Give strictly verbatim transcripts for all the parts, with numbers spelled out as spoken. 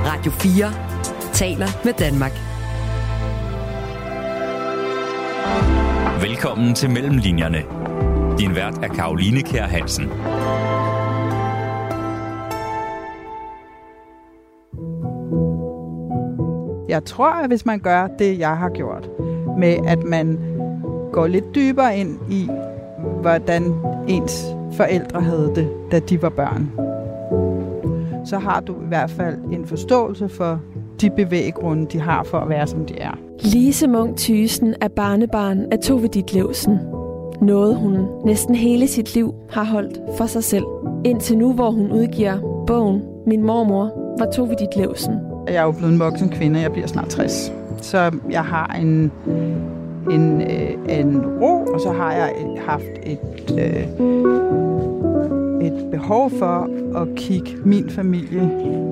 Radio fire taler med Danmark. Velkommen til Mellemlinjerne. Din vært er Caroline Kjær Hansen. Jeg tror, at hvis man gør det, jeg har gjort, med at man går lidt dybere ind i, hvordan ens forældre havde det, da de var børn, så har du i hvert fald en forståelse for de bevæggrunde, de har for at være, som de er. Lise Munch Thygesen er barnebarn af Tove Ditlevsen. Noget hun næsten hele sit liv har holdt for sig selv. Indtil nu, hvor hun udgiver bogen Min mormor var Tove Ditlevsen. Jeg er jo blevet en voksen kvinde, jeg bliver snart tres. Så jeg har en, en, øh, en ro, og så har jeg haft et, øh, et behov for at kigge min familie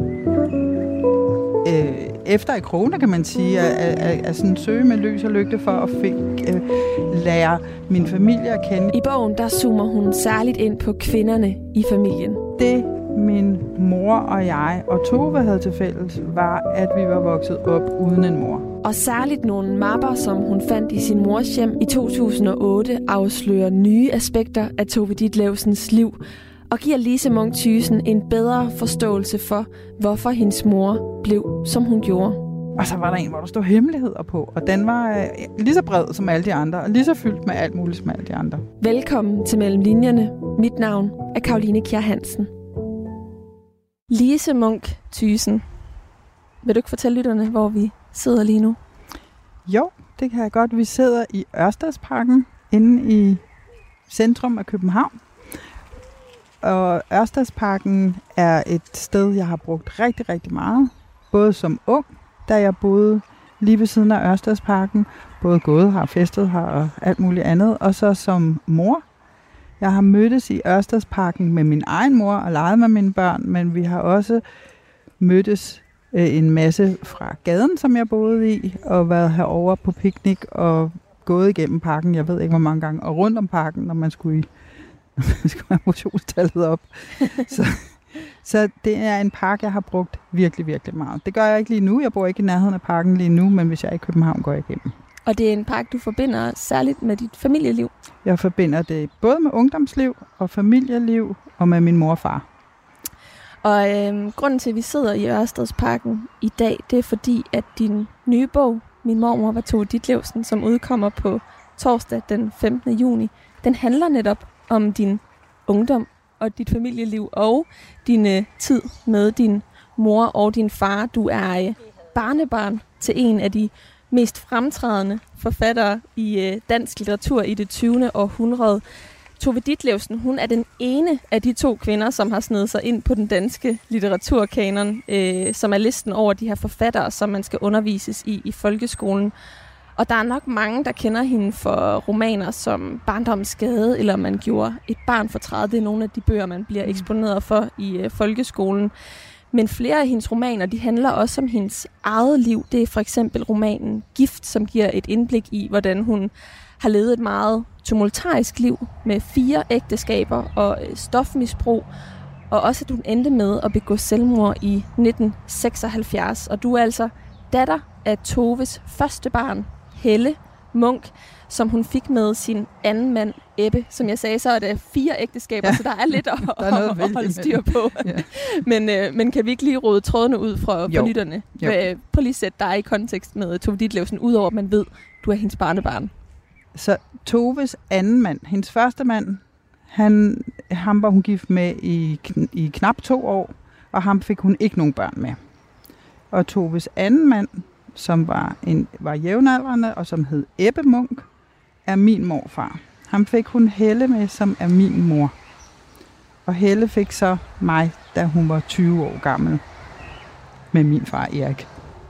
øh, efter i krogene, kan man sige, at, at, at sådan søge med lys og lygte for at fik, øh, lære min familie at kende. I bogen der zoomer hun særligt ind på kvinderne i familien. Det min mor og jeg og Tove havde til fælles, var, at vi var vokset op uden en mor. Og særligt nogle mapper, som hun fandt i sin mors hjem i to tusind og otte, afslører nye aspekter af Tove Ditlevsens liv og giver Lise Munch Thygesen en bedre forståelse for, hvorfor hendes mor blev, som hun gjorde. Og så var der en, hvor der stod hemmeligheder på, og den var øh, lige så bred som alle de andre, og lige så fyldt med alt muligt som alle de andre. Velkommen til Mellemlinjerne. Mit navn er Caroline Kjær Hansen. Lise Munch Thygesen, vil du ikke fortælle lytterne, hvor vi sidder lige nu? Jo, det kan jeg godt. Vi sidder i Ørstadsparken inde i centrum af København. Og Ørstadsparken er et sted, jeg har brugt rigtig, rigtig meget. Både som ung, da jeg boede lige ved siden af Ørstadsparken. Både gået her, festet her og alt muligt andet. Og så som mor. Jeg har mødtes i Ørstadsparken med min egen mor og leget med mine børn, men vi har også mødtes øh, en masse fra gaden, som jeg boede i, og været herovre på piknik og gået igennem parken, jeg ved ikke hvor mange gange, og rundt om parken, når man skulle, i, når man skulle have motionstallet op. så, så det er en park, jeg har brugt virkelig, virkelig meget. Det gør jeg ikke lige nu. Jeg bor ikke i nærheden af parken lige nu, men hvis jeg er i København, går jeg igennem. Og det er en park, du forbinder særligt med dit familieliv? Jeg forbinder det både med ungdomsliv og familieliv og med min mor og far. Og øhm, grunden til, at vi sidder i Ørstadsparken i dag, det er fordi, at din nye bog, Min mormor var Tove Ditlevsen, som udkommer på torsdag den femtende juni, den handler netop om din ungdom og dit familieliv og din øh, tid med din mor og din far. Du er øh, barnebarn til en af de mest fremtrædende forfattere i øh, dansk litteratur i det tyvende århundrede. Tove Ditlevsen, hun er den ene af de to kvinder, som har snedet sig ind på den danske litteraturkanon, øh, som er listen over de her forfattere, som man skal undervises i i folkeskolen. Og der er nok mange, der kender hende for romaner som Barndommens Skade, eller Man gjorde et barn fortræd. Det er nogle af de bøger, man bliver eksponeret for i øh, folkeskolen. Men flere af hendes romaner, de handler også om hendes eget liv. Det er for eksempel romanen Gift, som giver et indblik i, hvordan hun har levet et meget tumultarisk liv med fire ægteskaber og stofmisbrug. Og også, at hun endte med at begå selvmord i nitten seksoghalvfjerds. Og du er altså datter af Toves første barn, Helle Munch, som hun fik med sin anden mand, Ebbe. Som jeg sagde, så er det fire ægteskaber, ja. Så der er lidt at, er at, at holde styr på. Ja. men, øh, men kan vi ikke lige rode trådene ud fra, fra lytterne? Prøv lige at sætte dig i kontekst med Tove Ditlevsen, udover at man ved, du er hendes barnebarn. Så Toves anden mand, hendes første mand, han, ham var hun gift med i, i knap to år, og ham fik hun ikke nogen børn med. Og Toves anden mand, som var, en, var jævnaldrende, og som hed Ebbe Munch, er min morfar. Ham fik hun Helle med, som er min mor. Og Helle fik så mig, da hun var tyve år gammel, med min far Erik.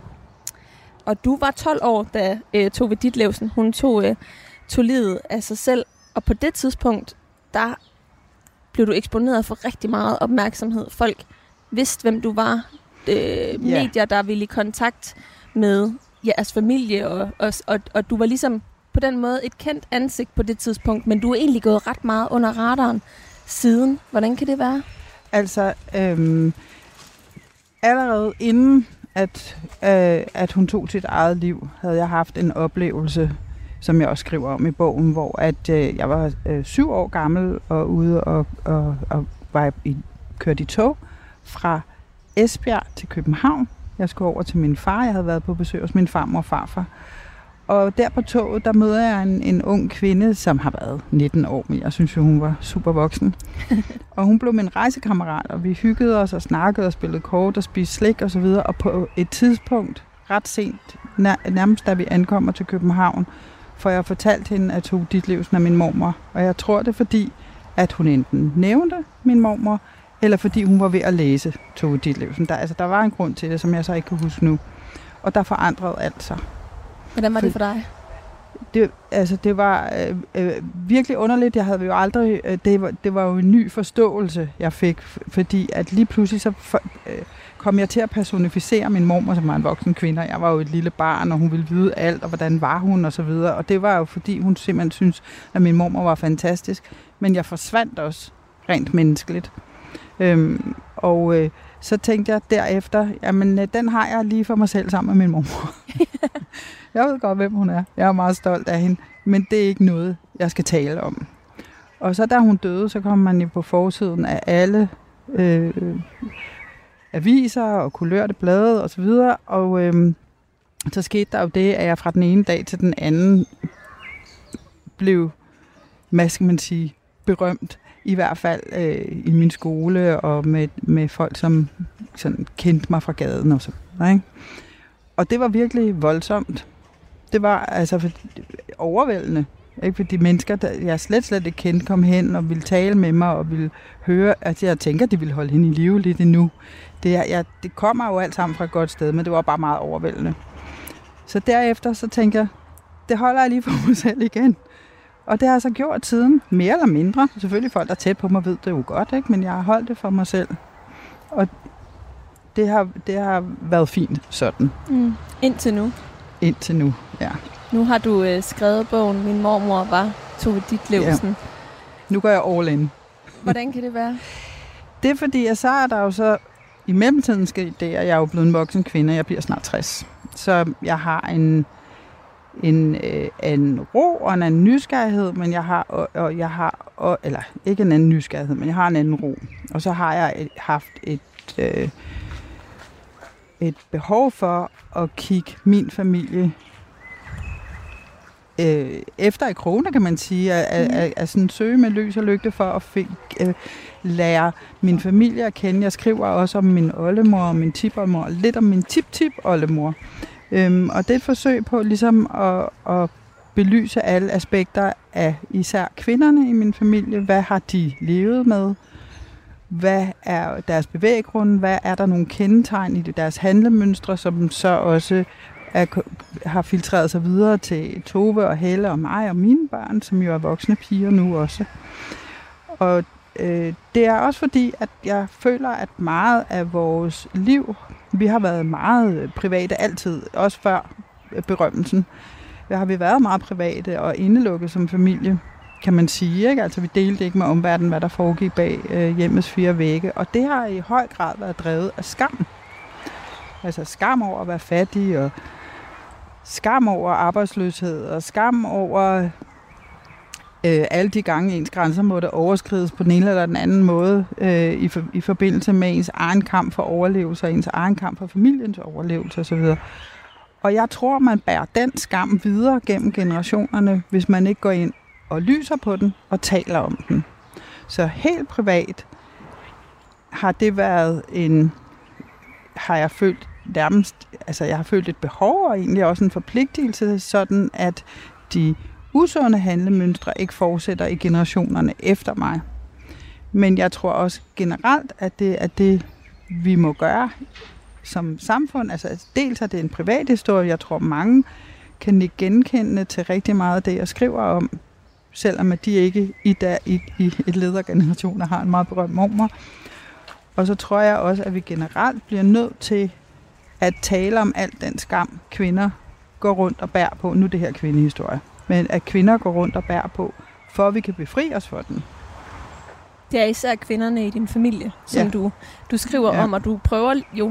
Og du var tolv år, da øh, Tove Ditlevsen, hun tog, øh, tog livet af sig selv. Og på det tidspunkt, der blev du eksponeret for rigtig meget opmærksomhed. Folk vidste, hvem du var. Øh, yeah. Medier, der ville i kontakt med jeres familie. Og, og, og, og du var ligesom på den måde et kendt ansigt på det tidspunkt. Men du er egentlig gået ret meget under radaren siden. Hvordan kan det være? Altså, øhm, allerede inden, at, øh, at hun tog sit eget liv, havde jeg haft en oplevelse, som jeg også skriver om i bogen, hvor at øh, jeg var øh, syv år gammel og ude og, og, og var i, kørt i tog fra Esbjerg til København. Jeg skulle over til min far. Jeg havde været på besøg hos min farmor og farfar. Og der på toget, der møder jeg en, en ung kvinde, som har været nitten år, men jeg synes jo, hun var super voksen. Og hun blev min rejsekammerat, og vi hyggede os og snakkede og spillede kort og spiste slik og så videre. Og på et tidspunkt, ret sent, nær, nærmest da vi ankommer til København, får jeg fortalt hende, at Tove Ditlevsen er min mormor. Og jeg tror det er fordi, at hun enten nævnte min mormor, eller fordi hun var ved at læse Tove Ditlevsen. Der, altså, der var en grund til det, som jeg så ikke kan huske nu. Og der forandrede alt sig. Hvordan var det for dig? Det, altså, det var øh, øh, virkelig underligt. Jeg havde jo aldrig... Øh, det, var, det var jo en ny forståelse, jeg fik. Fordi at lige pludselig så for, øh, kom jeg til at personificere min mormor, som var en voksen kvinde. Jeg var jo et lille barn, og hun ville vide alt, og hvordan var hun, og så videre. Og det var jo fordi, hun simpelthen syntes, at min mormor var fantastisk. Men jeg forsvandt også rent menneskeligt. Øhm, og øh, så tænkte jeg derefter, jamen øh, den har jeg lige for mig selv sammen med min mormor. Jeg ved godt, hvem hun er. Jeg er meget stolt af hende, men det er ikke noget, jeg skal tale om. Og så da hun døde, så kom man jo på forsiden af alle øh, aviser og kulørte blade og så videre, og øh, så skete der jo det, at jeg fra den ene dag til den anden blev, hvad skal man sige, berømt. I hvert fald øh, i min skole og med, med folk, som sådan, kendte mig fra gaden og så videre, ikke? Og det var virkelig voldsomt. Det var altså for, overvældende. Ikke? For de mennesker, der jeg slet slet ikke kendte, kom hen og ville tale med mig og ville høre, at jeg tænker, at de ville holde hende i live lidt endnu. Det, jeg, det kommer jo alt sammen fra et godt sted, men det var bare meget overvældende. Så derefter så tænker jeg, det holder jeg lige for mig selv igen. Og det har jeg så gjort siden, mere eller mindre. Selvfølgelig folk, der er tæt på mig, ved det jo godt, ikke? Men jeg har holdt det for mig selv. Og det har, det har været fint sådan. Mm. Indtil nu? Indtil nu, ja. Nu har du øh, skrevet bogen, Min mormor var Tove Ditlevsen. Ja. Nu går jeg all in. Hvordan kan det være? Det er fordi, jeg så er der jo så... I mellemtiden skal det, at jeg er jo blevet en voksen kvinde, jeg bliver snart tres. Så jeg har en... En, øh, en ro og en anden nysgerrighed, men jeg har, og, og jeg har og, eller ikke en anden nysgerrighed, men jeg har en anden ro. Og så har jeg et, haft et, øh, et behov for at kigge min familie øh, efter i krone, kan man sige, at, mm. at, at sådan søge med lys og lygte for at fik, øh, lære min familie at kende. Jeg skriver også om min oldemor og min tipoldemor, og lidt om min tip-tip-oldemor. Øhm, og det er et forsøg på ligesom at, at belyse alle aspekter af især kvinderne i min familie. Hvad har de levet med? Hvad er deres bevæggrunde? Hvad er der nogle kendetegn i deres handlemønstre, som så også er, har filtreret sig videre til Tove og Helle og mig og mine børn, som jo er voksne piger nu også. Og øh, det er også fordi, at jeg føler, at meget af vores liv... Vi har været meget private altid, også før berømmelsen. Der har vi været meget private og indelukket som familie, kan man sige. Ikke? Altså vi delte ikke med omverdenen, hvad der foregik bag øh, hjemmets fire vægge. Og det har i høj grad været drevet af skam. Altså skam over at være fattig, og skam over arbejdsløshed, og skam over... Øh, alle de gange ens grænser måtte overskrides på den ene eller den anden måde øh, i, for, i forbindelse med ens egen kamp for overlevelse og ens egen kamp for familiens overlevelse osv. Og jeg tror, man bærer den skam videre gennem generationerne, hvis man ikke går ind og lyser på den og taler om den. Så helt privat har det været en, har jeg følt nærmest, altså jeg har følt et behov og egentlig også en forpligtelse, sådan at de usunde handlemønstre ikke fortsætter i generationerne efter mig. Men jeg tror også generelt, at det er det, vi må gøre som samfund. Altså dels er det en privat historie. Jeg tror, mange kan ikke genkende til rigtig meget af det, jeg skriver om, selvom at de ikke i, der, i, i et ledergeneration har en meget berømt mormor. Og så tror jeg også, at vi generelt bliver nødt til at tale om alt den skam, kvinder går rundt og bærer på. Nu er det her kvindehistorie. Men at kvinder går rundt og bærer på, for at vi kan befri os for den. Det er især kvinderne i din familie, som ja. du, du skriver ja. om, og du prøver jo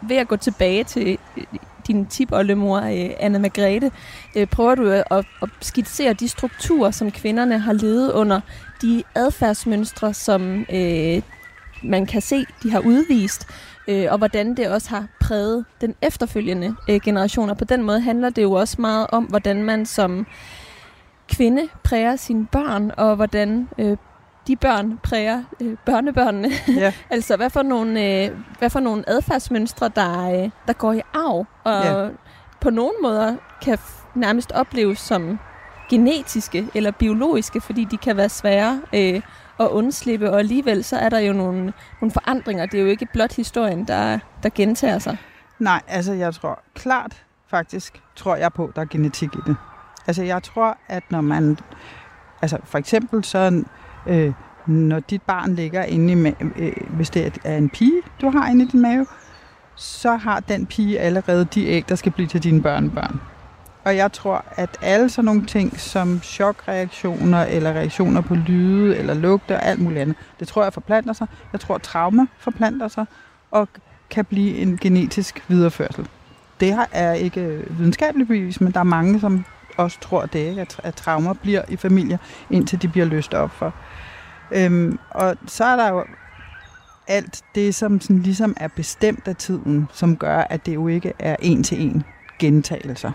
ved at gå tilbage til din tipoldemor, øh, Anna Margrethe, øh, prøver du at, at, at skitsere de strukturer, som kvinderne har levet under, de adfærdsmønstre, som øh, man kan se, de har udvist, øh, og hvordan det også har præget den efterfølgende øh, generationer. På den måde handler det jo også meget om, hvordan man som kvinde præger sine børn, og hvordan øh, de børn præger øh, børnebørnene. Ja. Altså, hvad for nogle, øh, hvad for nogle adfærdsmønstre, der, øh, der går i arv, og ja. på nogle måder kan f- nærmest opleves som genetiske eller biologiske, fordi de kan være svære øh, at undslippe, og alligevel så er der jo nogle, nogle forandringer. Det er jo ikke blot historien, der, der gentager sig. Nej, altså jeg tror klart, faktisk, tror jeg på, der er genetik i det. Altså jeg tror, at når man, altså for eksempel så, øh, når dit barn ligger inde i, ma- øh, hvis det er en pige, du har inde i din mave, så har den pige allerede de æg, der skal blive til dine børnebørn. Og jeg tror, at alle sådan nogle ting som chokreaktioner, eller reaktioner på lyde, eller lugte og alt muligt andet, det tror jeg forplanter sig. Jeg tror, at trauma forplanter sig, og kan blive en genetisk videreførsel. Det er ikke videnskabeligt bevis, men der er mange, som også tror det, ikke? At, at traumer bliver i familier, indtil de bliver løst op for. Øhm, og så er der jo alt det, som sådan ligesom er bestemt af tiden, som gør, at det jo ikke er en til en gentagelser.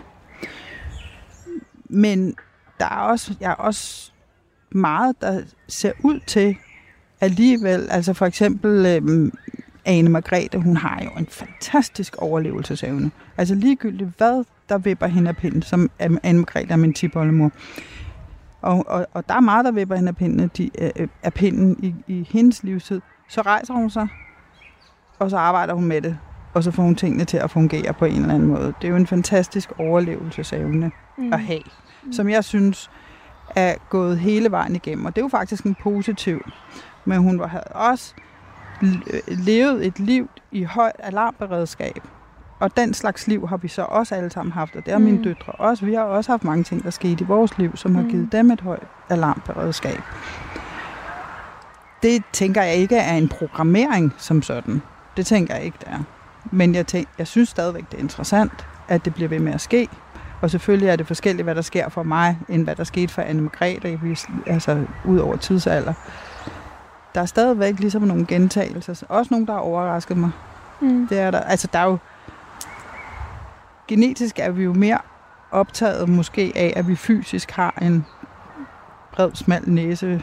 Men der er også, jeg er også meget, der ser ud til alligevel, altså for eksempel øhm, Anne Margrethe, hun har jo en fantastisk overlevelsesevne. Altså ligegyldigt hvad, der vipper hende af pinden, som Anne Margrethe er min tipoldemor. Og, og, og der er meget, der vipper hende af pinden, de, øh, af pinden i, i hendes livstid. Så rejser hun sig, og så arbejder hun med det, og så får hun tingene til at fungere på en eller anden måde. Det er jo en fantastisk overlevelsesevne mm. at have, mm. som jeg synes er gået hele vejen igennem. Og det er jo faktisk en positiv. Men hun havde også levet et liv i højt alarmberedskab. Og den slags liv har vi så også alle sammen haft, og det har mm. mine døtre også. Vi har også haft mange ting, der skete i vores liv, som mm. har givet dem et højt alarmberedskab. Det tænker jeg ikke er en programmering som sådan. Det tænker jeg ikke, det er. Men jeg, tænker, jeg synes stadigvæk, det er interessant, at det bliver ved med at ske. Og selvfølgelig er det forskelligt, hvad der sker for mig, end hvad der skete for Anne Margrethe, altså ud over tidsalder. Der er stadigvæk ligesom nogle gentagelser. Også nogle, der har overrasket mig. Mm. Det er der. Altså, der er jo... Genetisk er vi jo mere optaget måske af, at vi fysisk har en bred, smal næse,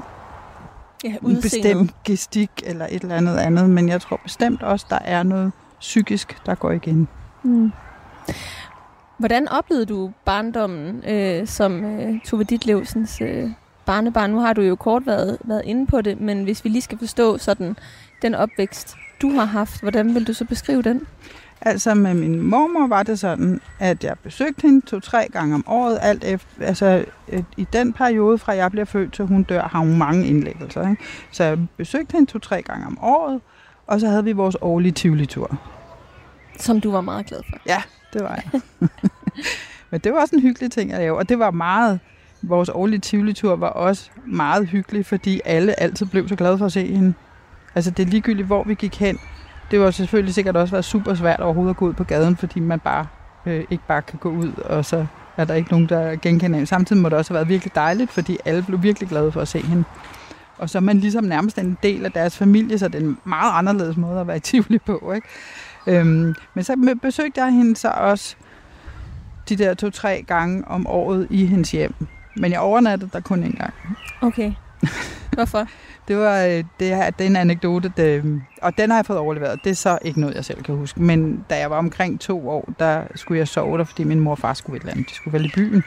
ja, en bestemt gestik eller et eller andet andet. Men jeg tror bestemt også, der er noget psykisk, der går igen. Mm. Hvordan oplevede du barndommen øh, som øh, Tove Ditlevsens øh, barnebarn? Nu har du jo kort været, været inde på det, men hvis vi lige skal forstå sådan, den opvækst, du har haft, hvordan vil du så beskrive den? Altså med min mormor var det sådan, at jeg besøgte hende to-tre gange om året. Alt efter, altså i den periode, fra jeg bliver født til hun dør, har hun mange indlæggelser. Ikke? Så jeg besøgte hende to-tre gange om året, og så havde vi vores årlige Tivoli-tur. Som du var meget glad for. Ja, det var jeg. Men det var også en hyggelig ting at lave, og det var meget... Vores årlige Tivoli-tur var også meget hyggelig, fordi alle altid blev så glade for at se hende. Altså det er ligegyldigt, hvor vi gik hen. Det var selvfølgelig sikkert også været super svært overhovedet at gå ud på gaden, fordi man bare øh, ikke bare kan gå ud, og så er der ikke nogen, der genkender hende. Samtidig må det også have været virkelig dejligt, fordi alle blev virkelig glade for at se hende. Og så er man ligesom nærmest en del af deres familie, så det er en meget anderledes måde at være i Tivoli på, ikke? Øhm, men så besøgte jeg hende så også de der to-tre gange om året i hendes hjem. Men jeg overnattede der kun en gang. Okay. Hvorfor? Det var det her, det er en anekdote, det, og den har jeg fået overleveret. Det er så ikke noget, jeg selv kan huske. Men da jeg var omkring to år, der skulle jeg sove der, fordi min mor og far skulle et eller andet. De skulle vel i byen.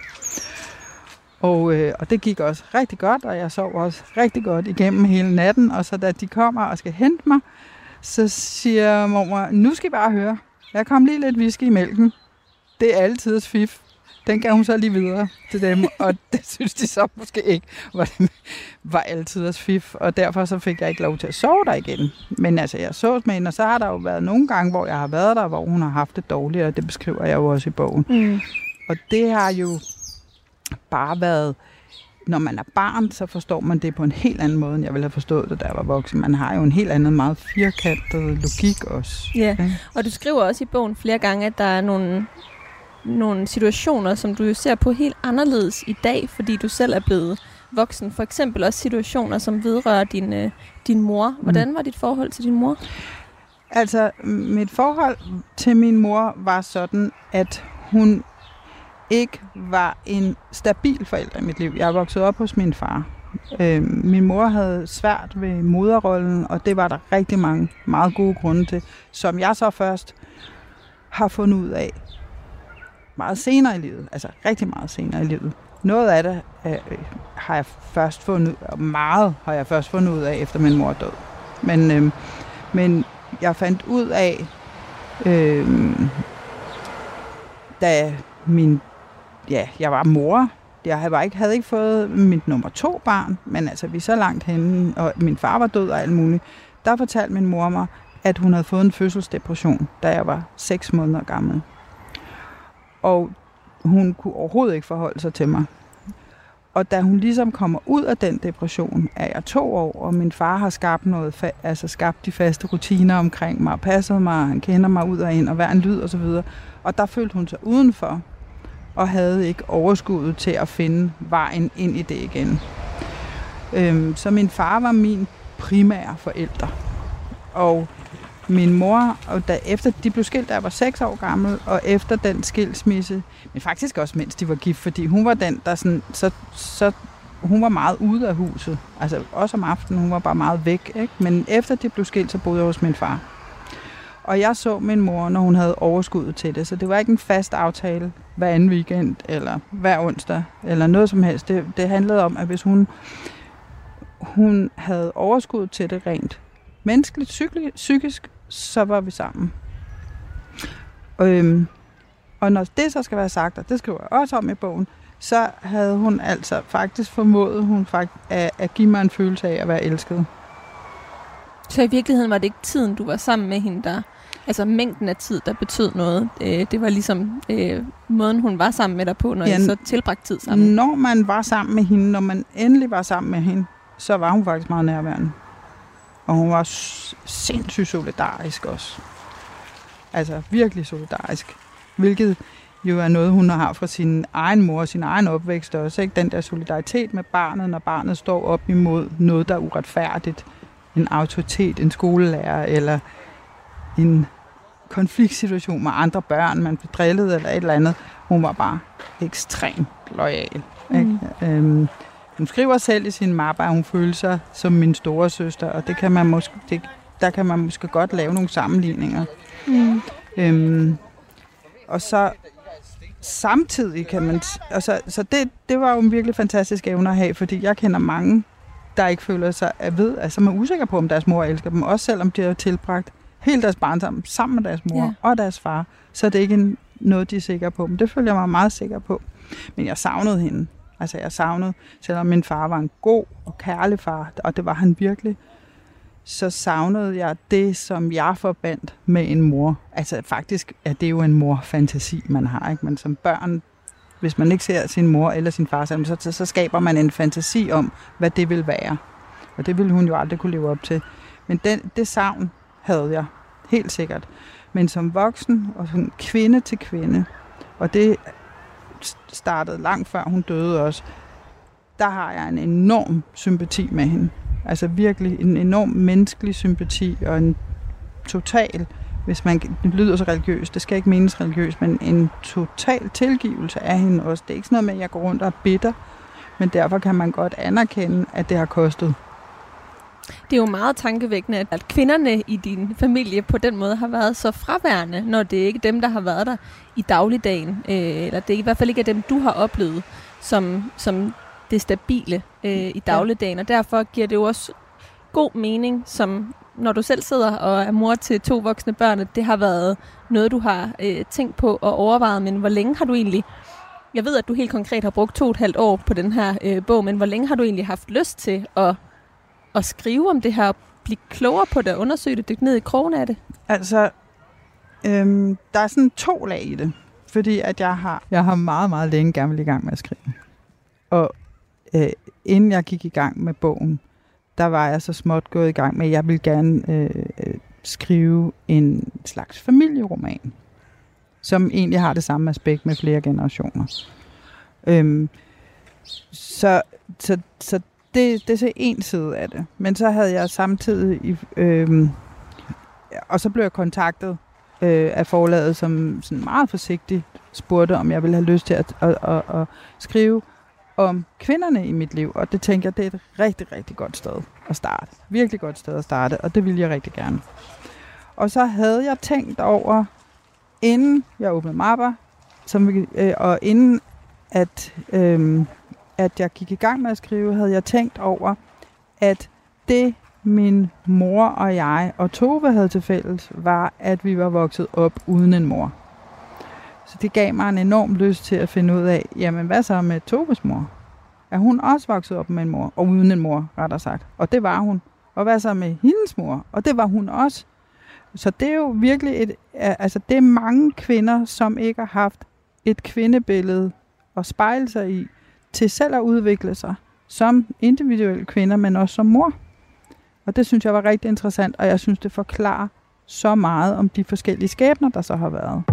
Og, øh, og det gik også rigtig godt, og jeg sov også rigtig godt igennem hele natten. Og så da de kommer og skal hente mig, så siger mormor, nu skal I bare høre. Jeg kom lige lidt whisky i mælken. Det er altid et fif. Den gav hun så lige videre til dem, og det synes de så måske ikke var, var altid at fif, og derfor så fik jeg ikke lov til at sove der igen. Men altså, jeg så med hende, og så har der jo været nogle gange, hvor jeg har været der, hvor hun har haft det dårligt, og det beskriver jeg jo også i bogen. Mm. Og det har jo bare været når man er barn, så forstår man det på en helt anden måde, end jeg ville have forstået det, da jeg var voksen. Man har jo en helt anden, meget firkantet logik også. Ja, okay? Og du skriver også i bogen flere gange, at der er nogle, nogle situationer, som du jo ser på helt anderledes i dag, fordi du selv er blevet voksen. For eksempel også situationer, som vedrører din, øh, din mor. Hvordan var dit forhold til din mor? Altså, mit forhold til min mor var sådan, at hun ikke var en stabil forælder i mit liv. Jeg er vokset op hos min far. Øh, min mor havde svært ved moderrollen, og det var der rigtig mange meget gode grunde til, som jeg så først har fundet ud af meget senere i livet. Altså rigtig meget senere i livet. Noget af det øh, har jeg først fundet, og meget har jeg først fundet ud af, efter min mor død. Men, øh, men jeg fandt ud af, øh, da min, ja, jeg var mor. Jeg havde ikke, havde ikke fået mit nummer to barn, men altså vi er så langt henne, og min far var død og alt muligt. Der fortalte min mor mig, at hun havde fået en fødselsdepression, da jeg var seks måneder gammel. Og hun kunne overhovedet ikke forholde sig til mig. Og da hun ligesom kommer ud af den depression, er jeg to år, og min far har skabt noget, fa- altså skabt de faste rutiner omkring mig, passet mig, han kender mig ud og ind, og hver en lyd og så videre. Og der følte hun sig udenfor, og havde ikke overskuddet til at finde vejen ind i det igen. Øhm, så min far var min primære forælder. Og min mor, og da, efter de blev skilt, da jeg var seks år gammel, og efter den skilsmisse, men faktisk også mens de var gift, fordi hun var den, der sådan, så, så hun var meget ude af huset. Altså også om aftenen, hun var bare meget væk, ikke? Men efter de blev skilt, så boede jeg hos min far. Og jeg så min mor, når hun havde overskuddet til det, så det var ikke en fast aftale hver anden weekend, eller hver onsdag, eller noget som helst. Det, det handlede om, at hvis hun, hun havde overskuddet til det rent menneskeligt, psykisk, så var vi sammen. Og, øhm, og når det så skal være sagt, og det skriver jeg også om i bogen, så havde hun altså faktisk formået hun faktisk at, at give mig en følelse af at være elsket. Så i virkeligheden var det ikke tiden, du var sammen med hende, der, altså mængden af tid, der betød noget. Det var ligesom øh, måden, hun var sammen med dig på, når ja, I så tilbragte tid sammen. Når man var sammen med hende, når man endelig var sammen med hende, så var hun faktisk meget nærværende. Og hun var sindssygt solidarisk også. Altså virkelig solidarisk. Hvilket jo er noget, hun har fra sin egen mor og sin egen opvækst også. Ikke? Den der solidaritet med barnet, når barnet står op imod noget, der er uretfærdigt. En autoritet, en skolelærer eller en konfliktsituation med andre børn, man blev drillet eller et eller andet. Hun var bare ekstremt loyal. Ikke? Mm. Øhm, hun skriver selv i sin mappe, at hun føler sig som min store søster, og det kan man måske, det, der kan man måske godt lave nogle sammenligninger. Mm. Øhm, og så samtidig kan man... Altså, så det, det var jo en virkelig fantastisk evne at have, fordi jeg kender mange, der ikke føler sig at ved, altså man er usikker på, om deres mor elsker dem, også selvom de har tilbragt hele deres barndom sammen med deres mor ja. og deres far, så er det ikke en, noget, de er sikre på. Men det føler jeg mig meget sikker på. Men jeg savnede hende. Altså jeg savnede, selvom min far var en god og kærlig far, og det var han virkelig, så savnede jeg det, som jeg forbandt med en mor. Altså faktisk er det jo en mor-fantasi, man har, ikke? Men som børn, hvis man ikke ser sin mor eller sin far sammen, så, så, så skaber man en fantasi om, hvad det vil være. Og det ville hun jo aldrig kunne leve op til. Men den, det savn havde jeg, helt sikkert. Men som voksen og som kvinde til kvinde, og det startede langt før hun døde også, der har jeg en enorm sympati med hende. Altså virkelig en enorm menneskelig sympati og en total, hvis man, det lyder så religiøst, det skal ikke menes religiøst, men en total tilgivelse af hende også. Det er ikke sådan noget med, at jeg går rundt og er bitter, men derfor kan man godt anerkende, at det har kostet. Det er jo meget tankevækkende, at kvinderne i din familie på den måde har været så fraværende, når det ikke er dem, der har været der i dagligdagen, øh, eller det er i hvert fald ikke er dem, du har oplevet som, som det stabile øh, i dagligdagen, og derfor giver det jo også god mening, som når du selv sidder og er mor til to voksne børn, at det har været noget, du har øh, tænkt på og overvejet, men hvor længe har du egentlig, jeg ved, at du helt konkret har brugt to og et halvt år på den her øh, bog, men hvor længe har du egentlig haft lyst til at at skrive om det her, blive klogere på det, undersøge det, dykke ned i krogen af det? Altså, øhm, der er sådan to lag i det, fordi at jeg har, jeg har meget, meget længe gerne vil i gang med at skrive. Og øh, inden jeg gik i gang med bogen, der var jeg så småt gået i gang med, at jeg ville gerne øh, skrive en slags familieroman, som egentlig har det samme aspekt med flere generationer. Øhm, så så, så det, det er så en side af det. Men så havde jeg samtidig, øh, og så blev jeg kontaktet øh, af forlaget, som sådan meget forsigtigt spurgte, om jeg ville have lyst til at, at, at, at skrive om kvinderne i mit liv. Og det tænker jeg, det er et rigtig, rigtig godt sted at starte. Virkelig godt sted at starte, og det ville jeg rigtig gerne. Og så havde jeg tænkt over, inden jeg åbnede Mapper, som, øh, og inden at, øh, at jeg gik i gang med at skrive, havde jeg tænkt over, at det min mor og jeg og Tove havde til fælles, var, at vi var vokset op uden en mor. Så det gav mig en enorm lyst til at finde ud af, jamen hvad så med Toves mor? Er hun også vokset op med en mor, og uden en mor, rettere sagt? Og det var hun. Og hvad så med hendes mor? Og det var hun også. Så det er jo virkelig et, altså det er mange kvinder, som ikke har haft et kvindebillede at spejle sig i, til selv at udvikle sig som individuelle kvinder, men også som mor. Og det synes jeg var rigtig interessant, og jeg synes, det forklarer så meget om de forskellige skæbner, der så har været.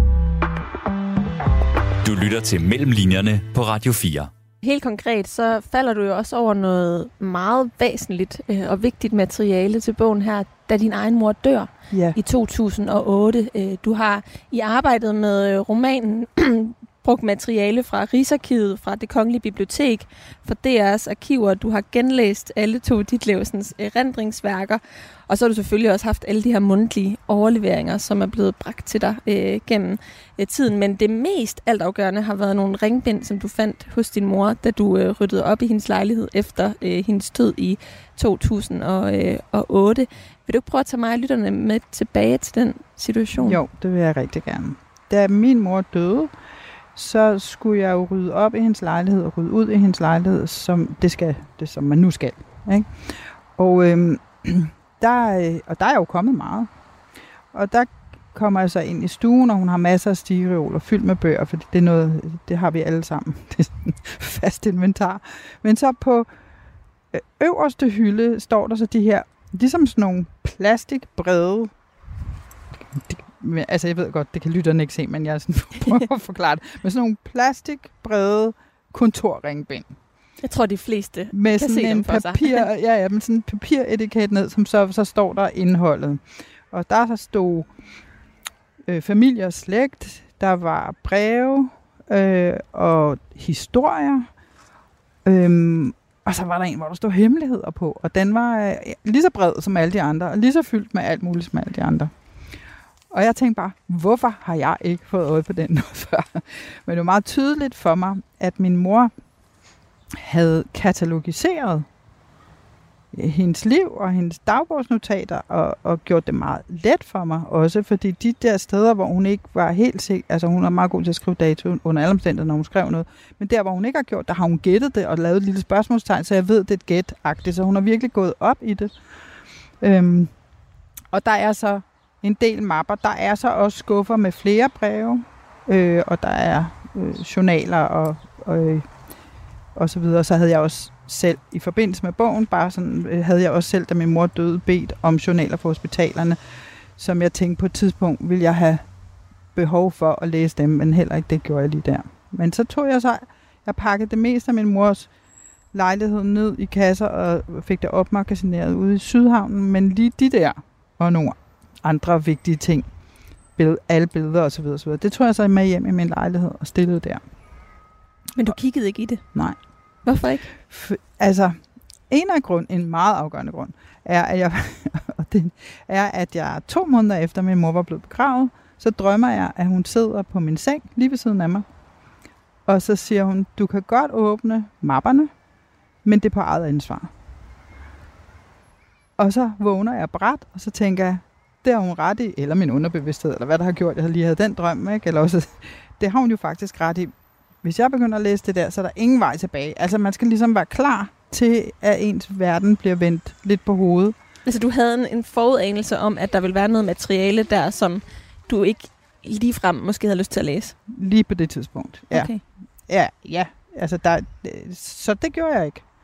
Du lytter til Mellemlinjerne på Radio fire. Helt konkret, så falder du jo også over noget meget væsentligt øh, og vigtigt materiale til bogen her, da din egen mor dør ja. i to tusind og otte. Øh, du har i arbejdet med øh, romanen brugt materiale fra Rigsarkivet, fra Det Kongelige Bibliotek, fra D R's arkiver. Du har genlæst alle Tove Ditlevsens erindringsværker, og så har du selvfølgelig også haft alle de her mundtlige overleveringer, som er blevet bragt til dig øh, gennem øh, tiden. Men det mest altafgørende har været nogle ringbind, som du fandt hos din mor, da du øh, ryddede op i hendes lejlighed efter øh, hendes død i to tusind og otte. Vil du ikke prøve at tage mig og lytterne med tilbage til den situation? Jo, det vil jeg rigtig gerne. Da min mor døde, så skulle jeg jo rydde op i hendes lejlighed og rydde ud i hendes lejlighed, som det skal, det som man nu skal. Ikke? Og, øhm, der, og der er jo kommet meget. Og der kommer jeg så ind i stuen, og hun har masser af stigereoler fyldt med bøger, for det er noget, det har vi alle sammen. Det er sådan fast inventar. Men så på øverste hylde står der så de her, ligesom sådan nogle plastikbrede. Altså jeg ved godt, det kan lytterne ikke se, men jeg sådan prøver at forklare det. Med sådan nogle plastikbrede kontorringbind. Jeg tror, de fleste med kan sådan se en dem for papir, sig. ja, ja, med sådan en papiretiket ned, som så, så står der indholdet. Og der så stod øh, familie og slægt, der var breve øh, og historier. Øhm, og så var der en, hvor der stod hemmeligheder på. Og den var øh, lige så bred som alle de andre, og lige så fyldt med alt muligt som alle de andre. Og jeg tænkte bare, hvorfor har jeg ikke fået øje på den noget før? Men det var meget tydeligt for mig, at min mor havde katalogiseret hendes liv og hendes dagbogsnotater og, og gjort det meget let for mig også, fordi de der steder, hvor hun ikke var helt sikker, altså hun er meget god til at skrive dato under alle omstændigheder, når hun skrev noget, men der, hvor hun ikke har gjort, der har hun gættet det og lavet et lille spørgsmålstegn, så jeg ved, det er et gæt-agtigt, så hun har virkelig gået op i det. Øhm, og der er så en del mapper. Der er så også skuffer med flere breve, øh, og der er øh, journaler og, og, og så videre. Så havde jeg også selv, i forbindelse med bogen, bare sådan, øh, havde jeg også selv, da min mor døde, bedt om journaler fra hospitalerne, som jeg tænkte på et tidspunkt, ville jeg have behov for at læse dem, men heller ikke det gjorde jeg lige der. Men så tog jeg så, jeg pakkede det meste af min mors lejlighed ned i kasser, og fik det opmagasineret ude i Sydhavnen, men lige de der og nogle andre vigtige ting, billed, alle billeder osv. osv. Det tog jeg så med hjem i min lejlighed og stillede der. Men du kiggede ikke i det? Nej. Hvorfor ikke? For, altså, en af grund, en meget afgørende grund, er, at jeg, og det er, at jeg to måneder efter min mor var blevet begravet, så drømmer jeg, at hun sidder på min seng lige ved siden af mig. Og så siger hun, du kan godt åbne mapperne, men det er på eget ansvar. Og så vågner jeg bræt, og så tænker jeg, det har hun ret i, eller min underbevidsthed, eller hvad der har gjort, jeg lige havde den drøm, ikke? Eller også, det har hun jo faktisk ret i. Hvis jeg begynder at læse det der, så er der ingen vej tilbage. Altså man skal ligesom være klar til, at ens verden bliver vendt lidt på hovedet. Altså du havde en, en forudanelse om, at der ville være noget materiale der, som du ikke ligefrem måske havde lyst til at læse? Lige på det tidspunkt, ja. Okay. Ja, ja. Altså der, så det gjorde jeg ikke.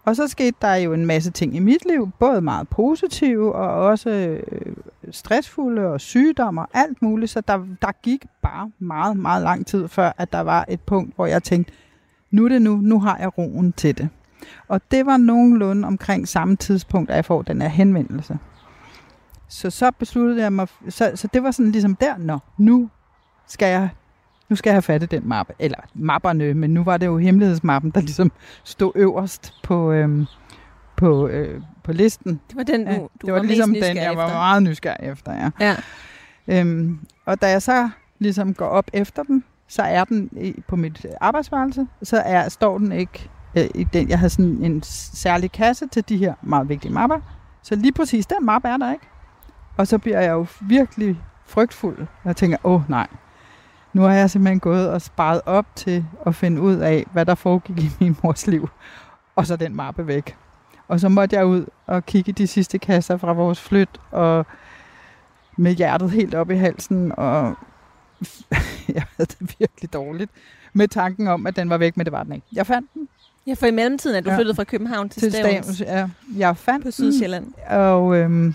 Og så skete der jo en masse ting i mit liv, både meget positive og også øh, stressfulde og sygdomme og alt muligt. Så der, der gik bare meget, meget lang tid, før at der var et punkt, hvor jeg tænkte, nu er det nu, nu har jeg roen til det. Og det var nogenlunde omkring samme tidspunkt, at jeg får den her henvendelse. Så så besluttede jeg mig, så, så det var sådan ligesom der, nå, nu skal jeg, nu skal jeg have fat i den mappe, eller mapperne, men nu var det jo hemmelighedsmappen, der ligesom stod øverst på, øhm, på, øh, på listen. Det var den, du, ja, du det var, var ligesom mest den, jeg efter. var meget nysgerrig efter, ja. ja. Øhm, og da jeg så ligesom går op efter den, så er den i, på mit arbejdsværelse, så er, står den ikke øh, i den. Jeg havde sådan en særlig kasse til de her meget vigtige mapper, så lige præcis den mappe er der ikke. Og så bliver jeg jo virkelig frygtfuld, og jeg tænker, åh oh, nej, nu har jeg simpelthen gået og sparet op til at finde ud af, hvad der foregik i min mors liv, og så den mappe væk. Og så måtte jeg ud og kigge de sidste kasser fra vores flyt, og med hjertet helt op i halsen, og jeg havde det virkelig dårligt, med tanken om, at den var væk, men det var den ikke. Jeg fandt den. Ja, for i mellemtiden er du ja. flyttet fra København til, til Stevns. Stevns. Ja, jeg fandt på Sydsjælland. Den, og, øhm,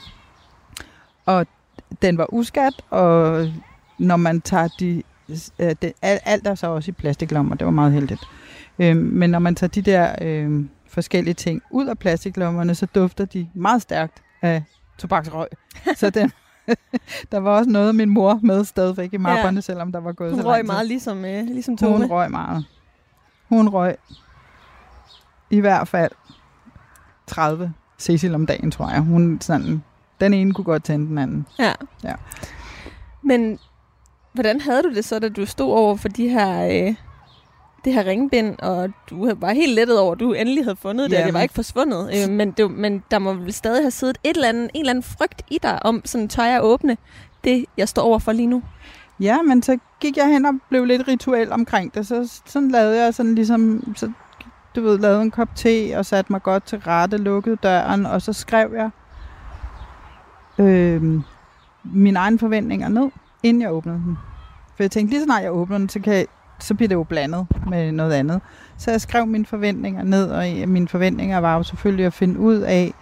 og den var uskat, og når man tager de, øh, det, alt er så også i plastiklommer, det var meget heldigt. Øhm, men når man tager de der øh, forskellige ting ud af plastiklommerne, så dufter de meget stærkt af tobaksrøg. Så den, der var også noget af min mor med stadigvæk i mapperne, ja. Selvom der var gået hun så lang tid. Hun røg meget ligesom, øh, ligesom Tove. Hun røg meget. Hun røg i hvert fald tredive Cecil om dagen, tror jeg. Hun sådan, den ene kunne godt tænde den anden. Ja. ja. Men hvordan havde du det så, da du stod over for de her, øh, det her ringbind, og du var helt lettet over, at du endelig havde fundet det, ja, og det var ikke forsvundet. Øh, men, det, men der må vel stadig have siddet et eller andet, en eller anden frygt i dig om, sådan tør jeg åbne det, jeg står over for lige nu? Ja, men så gik jeg hen og blev lidt rituel omkring det. Så sådan lavede jeg sådan ligesom, så, du ved, lavede en kop te og satte mig godt til rette, lukkede døren, og så skrev jeg øh, mine egne forventninger ned, inden jeg åbnede den. For jeg tænkte, lige så snart jeg åbner den, så, kan jeg, så bliver det jo blandet med noget andet. Så jeg skrev mine forventninger ned, og mine forventninger var jo selvfølgelig at finde ud af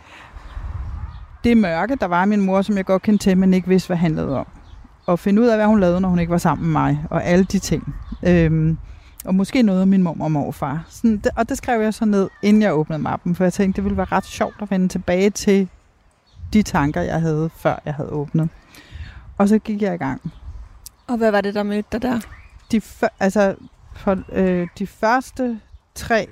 det mørke, der var min mor, som jeg godt kendte til, men ikke vidste, hvad det handlede om. Og finde ud af, hvad hun lavede, når hun ikke var sammen med mig, og alle de ting. Øhm, og måske noget af min mor og morfar. Sådan, det, og det skrev jeg så ned, inden jeg åbnede mappen, for jeg tænkte, det ville være ret sjovt at vende tilbage til de tanker, jeg havde, før jeg havde åbnet. Og så gik jeg i gang. Og hvad var det, der mødte dig der? De, f- altså, for, øh, de første tre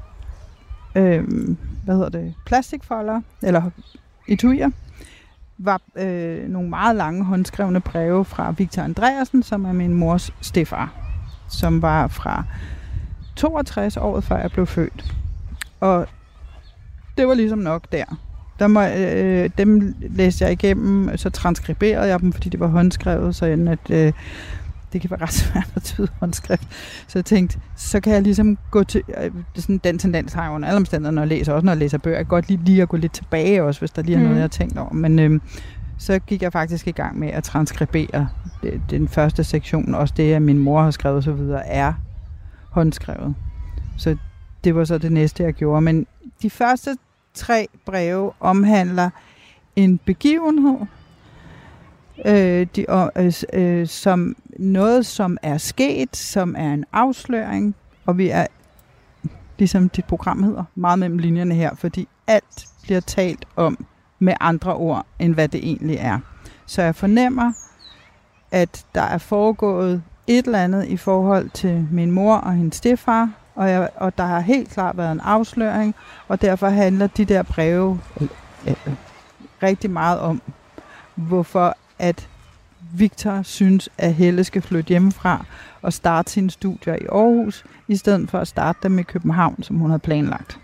øh, hvad hedder det, plastikfolder, eller etuier, var øh, nogle meget lange håndskrevne breve fra Victor Andreasen, som er min mors stedfar, som var fra toogtres året før jeg blev født. Og det var ligesom nok der. der må, øh, dem læste jeg igennem, så transkriberede jeg dem, fordi de var håndskrevet, så at øh, det kan være ret svært at tyde håndskrift. Så jeg tænkte, så kan jeg ligesom gå til, øh, sådan, den tendens har jeg under alle omstændigheder, når jeg læser, også når jeg læser bøger. Jeg kan godt lide, lige at gå lidt tilbage også, hvis der lige er mm. noget, jeg har tænkt over. Men øh, så gik jeg faktisk i gang med at transkribere det, den første sektion, også det, at min mor har skrevet så videre, er håndskrevet. Så det var så det næste, jeg gjorde. Men de første tre breve omhandler en begivenhed, øh, de, øh, øh, som noget, som er sket, som er en afsløring, og vi er, ligesom dit program hedder, meget mellem linjerne her, fordi alt bliver talt om med andre ord, end hvad det egentlig er. Så jeg fornemmer, at der er foregået et eller andet i forhold til min mor og hendes stedfar, og, jeg, og der har helt klart været en afsløring, og derfor handler de der breve øh, øh, rigtig meget om, hvorfor at Victor synes, at Helle skal flytte hjemmefra og starte sine studier i Aarhus, i stedet for at starte dem i København, som hun havde planlagt.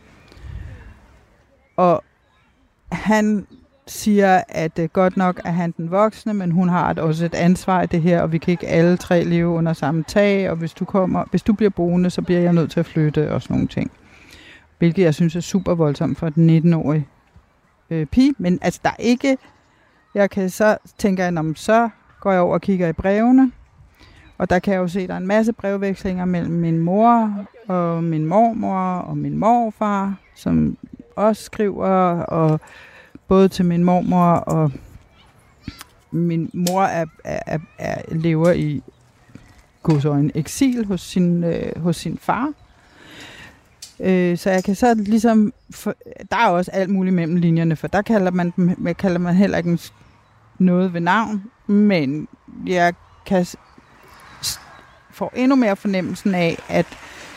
Og han siger, at det godt nok er han den voksne, men hun har også et ansvar i det her, og vi kan ikke alle tre leve under samme tag, og hvis du, kommer, hvis du bliver boende, så bliver jeg nødt til at flytte, og sådan nogle ting. Hvilket jeg synes er super voldsomt for den nitten-årige øh, pige. Men altså, der er ikke... Jeg kan så tænke, at så går jeg over og kigger i brevene, og der kan jeg jo se, at der er en masse brevvekslinger mellem min mor og min mormor og min morfar, som også skriver, og både til min mormor, og min mor er, er, er, er lever i godsøjne eksil hos sin, øh, hos sin far. Øh, så jeg kan så ligesom, for, der er også alt muligt mellem linjerne, for der kalder man dem, kalder man heller ikke noget ved navn, men jeg kan få endnu mere fornemmelsen af, at,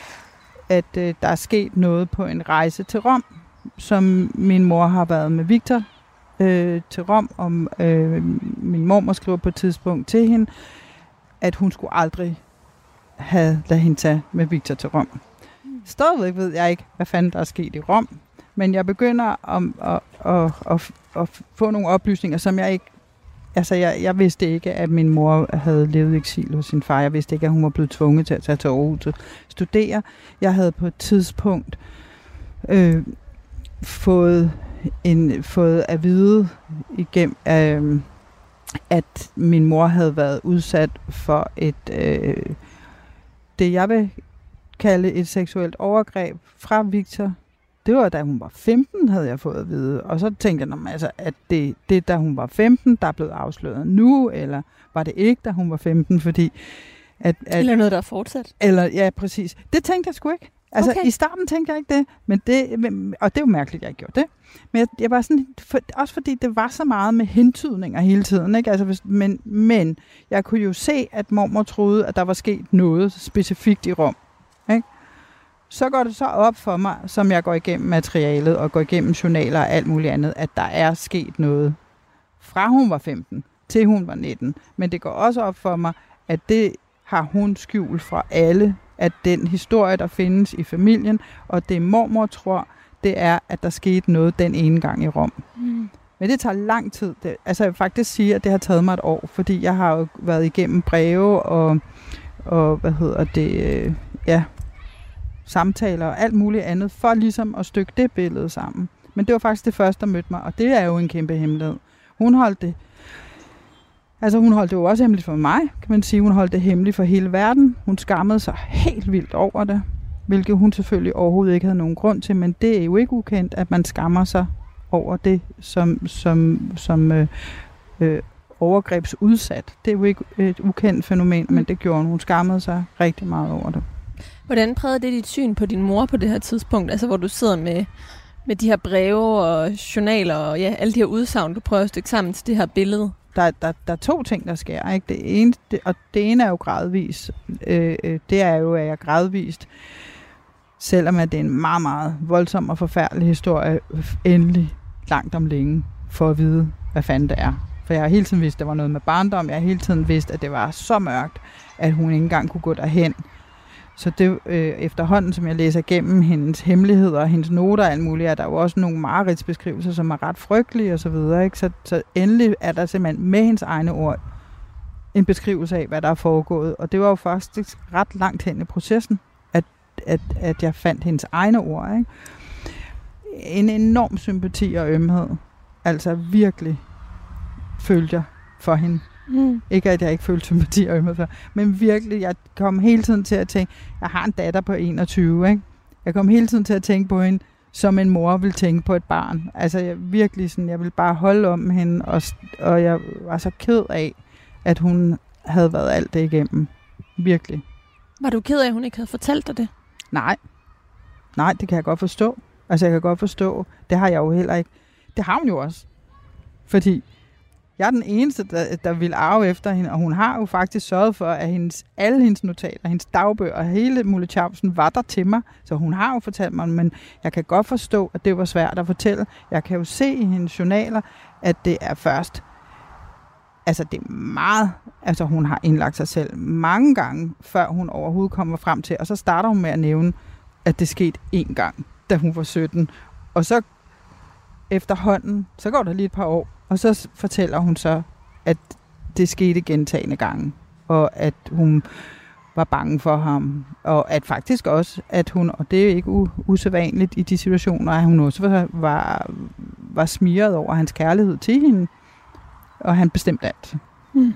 at øh, der er sket noget på en rejse til Rom, som min mor har været med Victor øh, til Rom, om øh, min mormor skriver på et tidspunkt til hende, at hun skulle aldrig have ladet hende tage med Victor til Rom. Stadigvæk ved jeg ikke, hvad fanden der er sket i Rom, men jeg begynder om, at, at, at, at få nogle oplysninger, som jeg ikke... Altså, jeg, jeg vidste ikke, at min mor havde levet i eksil hos sin far. Jeg vidste ikke, at hun var blevet tvunget til at tage til Aarhus og studere. Jeg havde på et tidspunkt øh, fået, en, fået at vide igennem, øh, at min mor havde været udsat for et... Øh, det, jeg vil kalde et seksuelt overgreb fra Victor. Det var, da hun var femten, havde jeg fået at vide. Og så tænkte jeg, altså, at det, det, da hun var femten, der er blevet afsløret nu, eller var det ikke, da hun var femten, fordi... At, at, eller noget, der er fortsat. Eller, ja, præcis. Det tænkte jeg sgu ikke. Altså, okay. I starten tænkte jeg ikke det, men det, og det er jo mærkeligt, at jeg ikke gjorde det. Men jeg, jeg var sådan, for, også fordi det var så meget med hentydninger hele tiden, ikke? Altså, hvis, men, men jeg kunne jo se, at mormor troede, at der var sket noget specifikt i Rom. Ikke? Så går det så op for mig, som jeg går igennem materialet og går igennem journaler og alt muligt andet, at der er sket noget fra hun var femten til hun var nitten. Men det går også op for mig, at det har hun skjult fra alle, at den historie, der findes i familien, og det mormor tror, det er, at der skete noget den ene gang i Rom. Mm. Men det tager lang tid. Det, altså jeg vil faktisk sige, at det har taget mig et år, fordi jeg har jo været igennem breve og, og hvad hedder det, øh, ja, samtaler og alt muligt andet, for ligesom at stykke det billede sammen. Men det var faktisk det første, der mødte mig, og det er jo en kæmpe hemmelighed. Hun holdt det, altså hun holdt det jo også hemmeligt for mig, kan man sige. Hun holdt det hemmeligt for hele verden. Hun skammede sig helt vildt over det, hvilket hun selvfølgelig overhovedet ikke havde nogen grund til, men det er jo ikke ukendt, at man skammer sig over det som, som, som øh, øh, overgrebsudsat. Det er jo ikke et ukendt fænomen, men det gjorde hun. Hun skammede sig rigtig meget over det. Hvordan prægede det dit syn på din mor på det her tidspunkt? Altså hvor du sidder med, med de her breve og journaler og ja, alle de her udsagn, du prøver at stykke sammen til det her billede? Der, der, der er to ting, der sker. Ikke? Det ene, det, og det ene er jo gradvis. Øh, det er jo, at jeg gradvist, selvom at det er en meget, meget voldsom og forfærdelig historie, endelig langt om længe for at vide, hvad fanden det er. For jeg har hele tiden vidst, at der var noget med barndom. Jeg har hele tiden vidst, at det var så mørkt, at hun ikke engang kunne gå derhen. Så det øh, efterhånden, som jeg læser igennem hendes hemmeligheder og hendes noter og alt muligt, er der jo også nogle mareridtsbeskrivelser, som er ret frygtelige og så videre. Ikke? Så, så endelig er der simpelthen med hendes egne ord en beskrivelse af, hvad der er foregået. Og det var jo faktisk ret langt hen i processen, at, at, at jeg fandt hendes egne ord. Ikke? En enorm sympati og ømhed. Altså virkelig følte jeg for hende. Mm. Ikke at jeg ikke følte sympati og ømhed for, men virkelig, jeg kom hele tiden til at tænke, jeg har en datter på enogtyve, ikke? Jeg kom hele tiden til at tænke på hende, som en mor vil tænke på et barn. Altså jeg virkelig sådan, jeg ville bare holde om hende, og, og jeg var så ked af, at hun havde været alt det igennem. Virkelig. Var du ked af, at hun ikke havde fortalt dig det? Nej. Nej, det kan jeg godt forstå. Altså jeg kan godt forstå, det har jeg jo heller ikke. Det har hun jo også. Fordi jeg er den eneste, der, der vil arve efter hende, og hun har jo faktisk sørget for, at hendes, alle hendes notater, hendes dagbøger og hele muligheden var der til mig. Så hun har jo fortalt mig, men jeg kan godt forstå, at det var svært at fortælle. Jeg kan jo se i hendes journaler, at det er først, altså det er meget, altså hun har indlagt sig selv mange gange, før hun overhovedet kommer frem til, og så starter hun med at nævne, at det skete én gang, da hun var sytten. Og så efterhånden, så går der lige et par år, og så fortæller hun så, at det skete gentagne gange, og at hun var bange for ham, og at faktisk også, at hun, og det er ikke u- usædvanligt i de situationer, at hun også var, var, var smiret over hans kærlighed til hende, og han bestemte alt. Hmm.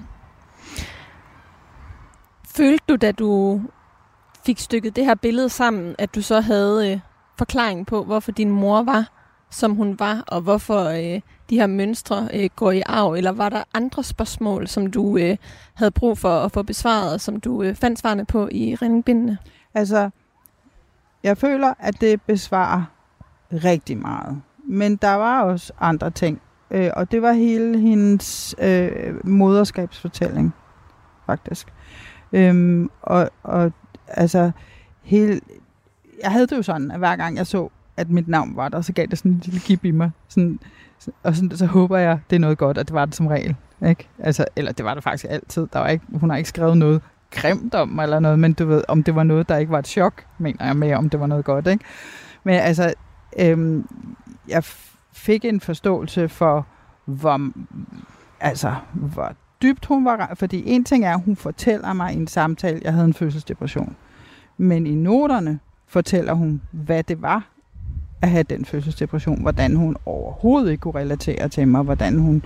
Følte du, da du fik stykket det her billede sammen, at du så havde øh, forklaring på, hvorfor din mor var, som hun var, og hvorfor øh, de her mønstre øh, går i arv? Eller var der andre spørgsmål, som du øh, havde brug for at få besvaret, og som du øh, fandt svarene på i Ringbindene? Altså, jeg føler, at det besvarer rigtig meget. Men der var også andre ting. Øh, og det var hele hendes øh, moderskabsfortælling, faktisk. Øhm, og, og altså, hele, jeg havde det jo sådan, at hver gang jeg så, at mit navn var der, så gav det sådan en lille gib i mig. Sådan, og sådan, så håber jeg, det er noget godt, og det var det som regel. Ikke? Altså, eller det var det faktisk altid. Der var ikke, hun har ikke skrevet noget grimt om mig eller noget, men du ved, om det var noget, der ikke var et chok, mener jeg med, om det var noget godt. Ikke? Men altså, øhm, jeg fik en forståelse for, hvor, altså, hvor dybt hun var. Fordi en ting er, at hun fortæller mig i en samtale, jeg havde en fødselsdepression. Men i noterne fortæller hun, hvad det var at have den fødselsdepression. Hvordan hun overhovedet ikke kunne relatere til mig. Hvordan hun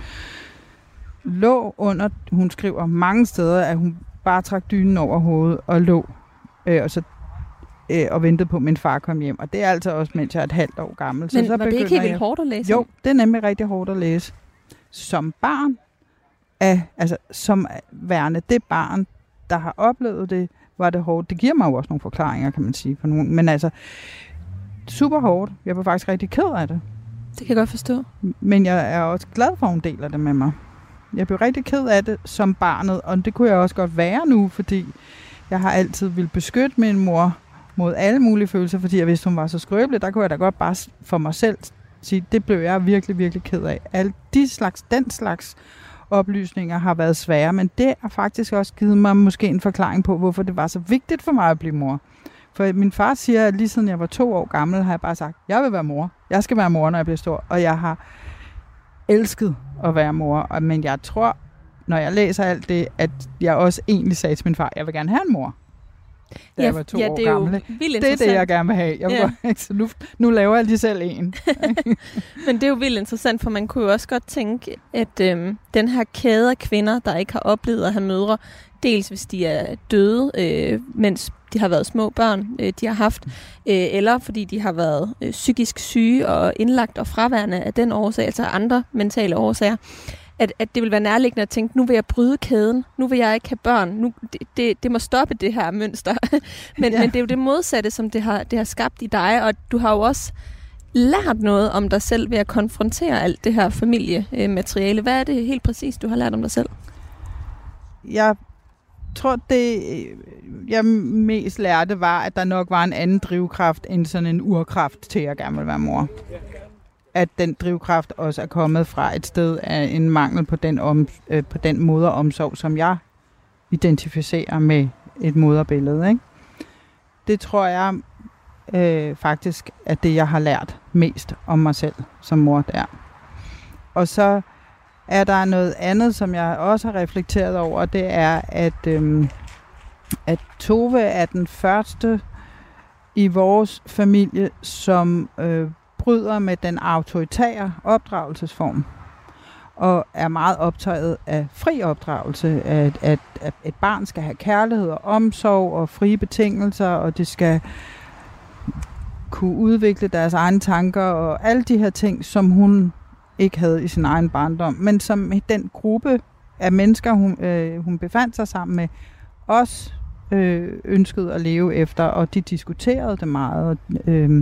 lå under, hun skriver mange steder, at hun bare trak dynen over hovedet og lå. Øh, og så øh, og ventede på, at min far kom hjem. Og det er altså også, mens jeg er et halvt år gammel. Men så, så var det ikke helt jeg, hårdt at læse? Jo, det er nemlig rigtig hårdt at læse. Som barn, af, altså som værende det barn, der har oplevet det, var det hårdt. Det giver mig jo også nogle forklaringer, kan man sige, for nogen. Men altså, super hårdt. Jeg var faktisk rigtig ked af det. Det kan jeg godt forstå. Men jeg er også glad for, at hun deler det med mig. Jeg blev rigtig ked af det som barnet, og det kunne jeg også godt være nu, fordi jeg har altid ville beskytte min mor mod alle mulige følelser, fordi jeg vidste, hun var så skrøbelig. Der kunne jeg da godt bare for mig selv sige, det blev jeg virkelig, virkelig ked af. Alle de slags, den slags oplysninger har været svære, men det har faktisk også givet mig måske en forklaring på, hvorfor det var så vigtigt for mig at blive mor. For min far siger, at lige siden jeg var to år gammel, har jeg bare sagt, jeg vil være mor. Jeg skal være mor, når jeg bliver stor. Og jeg har elsket at være mor. Men jeg tror, når jeg læser alt det, at jeg også egentlig sagde til min far, jeg vil gerne have en mor. Da ja, jeg var to ja, år det er gammel. Det er det, jeg gerne vil have. Jeg ja. Går, så nu, nu laver jeg lige selv en. Men det er jo vildt interessant, for man kunne jo også godt tænke, at øhm, den her kæde af kvinder, der ikke har oplevet at have mødre, dels hvis de er døde, øh, mens de har været små børn, øh, de har haft, øh, eller fordi de har været øh, psykisk syge og indlagt og fraværende af den årsag, altså andre mentale årsager, at, at det vil være nærliggende at tænke, nu vil jeg bryde kæden, nu vil jeg ikke have børn, nu, det, det, det må stoppe det her mønster. men, ja. men det er jo det modsatte, som det har, det har skabt i dig, og du har jo også lært noget om dig selv ved at konfrontere alt det her familiemateriale. Hvad er det helt præcis, du har lært om dig selv? Jeg tror, det jeg mest lærte var, at der nok var en anden drivkraft end sådan en urkraft til, at jeg gerne vil være mor. At den drivkraft også er kommet fra et sted af en mangel på den, om, øh, på den moderomsorg, som jeg identificerer med et moderbillede. Ikke? Det tror jeg øh, faktisk er det, jeg har lært mest om mig selv som mor der. Og så er der noget andet, som jeg også har reflekteret over, det er, at, øh, at Tove er den første i vores familie, som øh, bryder med den autoritære opdragelsesform og er meget optaget af fri opdragelse, at, at, at et barn skal have kærlighed og omsorg og frie betingelser, og det skal kunne udvikle deres egne tanker og alle de her ting, som hun ikke havde i sin egen barndom, men som den gruppe af mennesker, hun, øh, hun befandt sig sammen med, også øh, ønskede at leve efter, og de diskuterede det meget. Øh,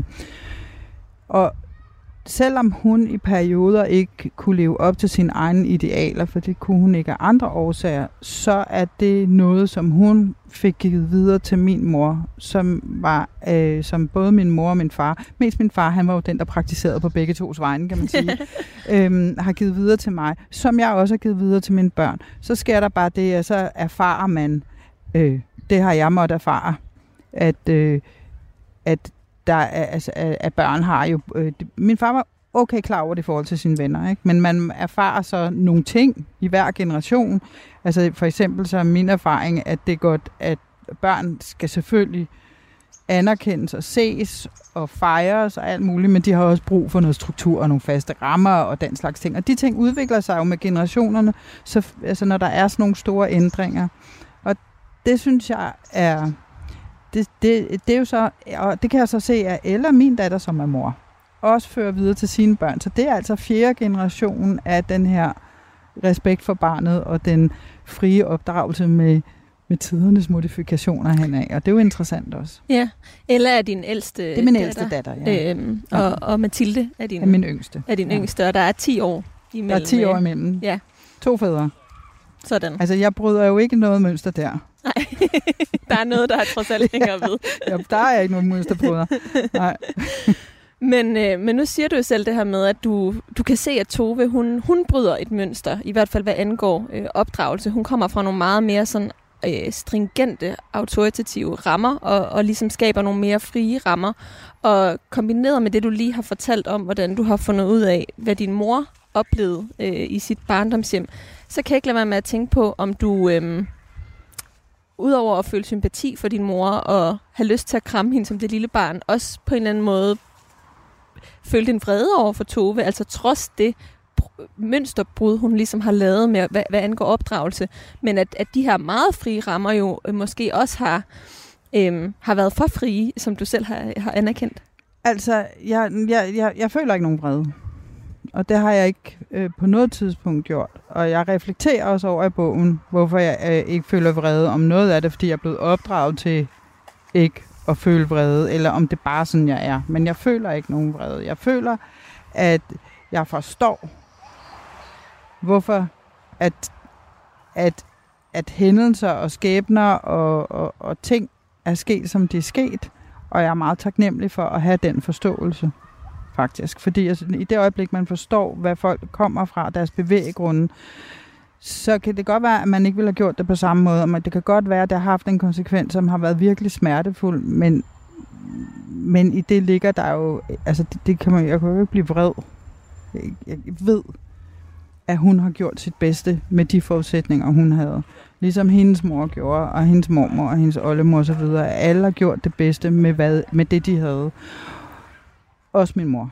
og selvom hun i perioder ikke kunne leve op til sine egne idealer, for det kunne hun ikke af andre årsager, så er det noget, som hun fik givet videre til min mor, som var øh, som både min mor og min far. Mest min far, han var jo den, der praktiserede på begge tos vegne, kan man sige, øhm, har givet videre til mig, som jeg også har givet videre til mine børn. Så sker der bare det, at så erfarer man, øh, det har jeg måttet erfare, at, øh, at der er, altså, at børn har jo... Øh, min far var okay klar over det i forhold til sine venner, ikke? Men man erfarer så nogle ting i hver generation. Altså for eksempel så er min erfaring, at det er godt, at børn skal selvfølgelig anerkendes og ses og fejres og alt muligt, men de har også brug for noget struktur og nogle faste rammer og den slags ting. Og de ting udvikler sig jo med generationerne, så, altså når der er sådan nogle store ændringer. Og det synes jeg er... det, det, det er jo så, og det kan jeg så se, at Ella, min datter, som er mor, også fører videre til sine børn. Så det er altså fjerde generation af den her respekt for barnet og den frie opdragelse med, med tidernes modifikationer henad. Og det er jo interessant også. Ja, Ella er din ældste datter. Det er min datter. ældste datter, ja. Øhm, og, og Mathilde er din, er min yngste. Er din ja. yngste, og der er ti år imellem. Der er ti år imellem. Ja. To fædre. Sådan. Altså, jeg bryder jo ikke noget mønster der. Nej, der er noget, der er trods alt hænger ved. Ja, der er ikke nogen mønsterbryder. Nej. Men, øh, men nu siger du jo selv det her med, at du, du kan se, at Tove, hun, hun bryder et mønster, i hvert fald hvad angår øh, opdragelse. Hun kommer fra nogle meget mere sådan, øh, stringente, autoritative rammer, og, og ligesom skaber nogle mere frie rammer. Og kombineret med det, du lige har fortalt om, hvordan du har fundet ud af, hvad din mor oplevede øh, i sit barndomshjem, så kan jeg ikke lade være med at tænke på, om du... Øh, udover at føle sympati for din mor og have lyst til at kramme hende som det lille barn, også på en eller anden måde følte en vrede over for Tove, altså trods det mønsterbrud, hun ligesom har lavet med, hvad, hvad angår opdragelse, men at, at de her meget frie rammer jo øh, måske også har, øh, har været for frie, som du selv har, har anerkendt. Altså, jeg, jeg, jeg, jeg føler ikke nogen vrede. Og det har jeg ikke øh, på noget tidspunkt gjort. Og jeg reflekterer også over i bogen, hvorfor jeg øh, ikke føler vrede om noget af det, fordi jeg er blevet opdraget til ikke at føle vrede, eller om det bare sådan, jeg er. Men jeg føler ikke nogen vrede. Jeg føler, at jeg forstår, hvorfor at, at, at hændelser og skæbner og, og, og ting er sket, som de er sket. Og jeg er meget taknemmelig for at have den forståelse. Faktisk. Fordi altså, i det øjeblik, man forstår, hvad folk kommer fra, deres bevæggrunde, så kan det godt være, at man ikke ville have gjort det på samme måde. Men det kan godt være, at det har haft en konsekvens, som har været virkelig smertefuld, men, men i det ligger der jo... Altså, det, det kan man, jeg kan jo ikke blive vred. Jeg, jeg ved, at hun har gjort sit bedste med de forudsætninger, hun havde. Ligesom hendes mor gjorde, og hendes mormor, og hendes oldemor osv. Alle har gjort det bedste med, hvad, med det, de havde. Også min mor.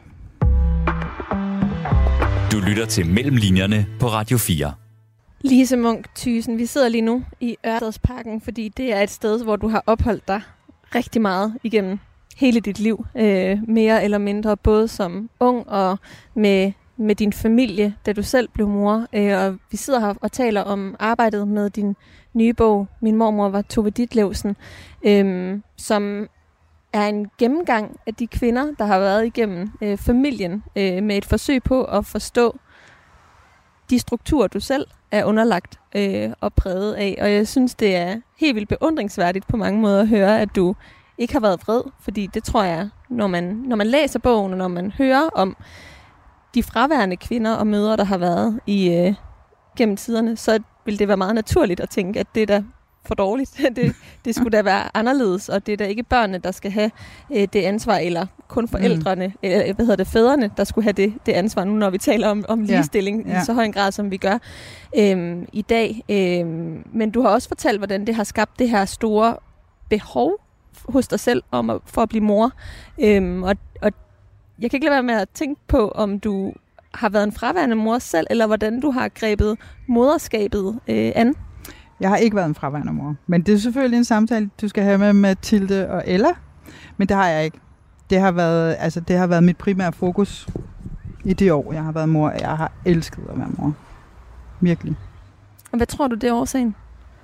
Du lytter til Mellem Linjerne på Radio fire. Lise Munch Thyssen, vi sidder lige nu i Ørstedsparken, fordi det er et sted, hvor du har opholdt dig rigtig meget igennem hele dit liv. Øh, mere eller mindre, både som ung og med, med din familie, da du selv blev mor. Øh, og vi sidder her og taler om arbejdet med din nye bog, Min mormor var Tove Ditlevsen, øh, som er en gennemgang af de kvinder, der har været igennem øh, familien, øh, med et forsøg på at forstå de strukturer, du selv er underlagt øh, og præget af. Og jeg synes, det er helt vildt beundringsværdigt på mange måder at høre, at du ikke har været vred, fordi det tror jeg, når man, når man læser bogen, og når man hører om de fraværende kvinder og mødre, der har været i øh, gennem tiderne, så vil det være meget naturligt at tænke, at det der for dårligt. Det, det skulle da være anderledes, og det er da ikke børnene, der skal have øh, det ansvar, eller kun forældrene, mm. eller hvad hedder det, fædrene, der skulle have det, det ansvar nu, når vi taler om, om ligestilling ja. Ja. I så høj en grad, som vi gør øhm, i dag. Øhm, men du har også fortalt, hvordan det har skabt det her store behov hos dig selv om at, for at blive mor. Øhm, og, og jeg kan ikke lade være med at tænke på, om du har været en fraværende mor selv, eller hvordan du har grebet moderskabet øh, an. Jeg har ikke været en fraværende mor. Men det er selvfølgelig en samtale, du skal have med Mathilde og Ella. Men det har jeg ikke. Det har været, altså, det har været mit primære fokus i de år, jeg har været mor. Jeg har elsket at være mor. Virkelig. Og hvad tror du, det er årsagen?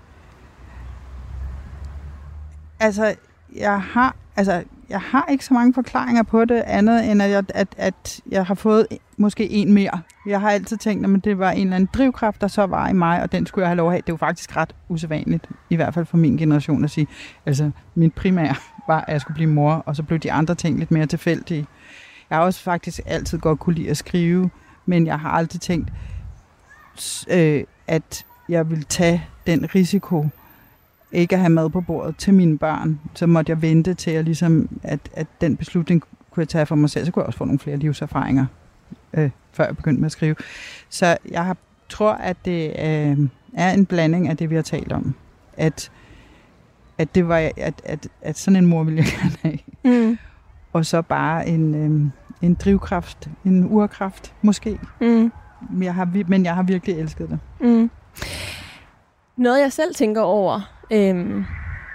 Altså, jeg har, altså, jeg har ikke så mange forklaringer på det, andet end at jeg, at, at jeg har fået måske en mere. Jeg har altid tænkt, at det var en eller anden drivkraft, der så var i mig, og den skulle jeg have lov at have. Det er jo faktisk ret usædvanligt, i hvert fald for min generation, at sige, altså, min primære var, at jeg skulle blive mor, og så blev de andre ting lidt mere tilfældige. Jeg har også faktisk altid godt kunne lide at skrive, men jeg har aldrig tænkt, øh, at jeg ville tage den risiko, ikke at have mad på bordet til mine børn. Så måtte jeg vente til, at, ligesom, at, at den beslutning kunne jeg tage for mig selv. Så kunne jeg også få nogle flere livserfaringer, øh, før jeg begyndte med at skrive. Så jeg har, tror, at det øh, er en blanding af det, vi har talt om. At, at, det var, at, at, at sådan en mor ville jeg gerne have. Mm. Og så bare en, øh, en drivkraft, en urkraft, måske. Mm. Men, jeg har, men jeg har virkelig elsket det. Mm. Noget, jeg selv tænker over, øhm,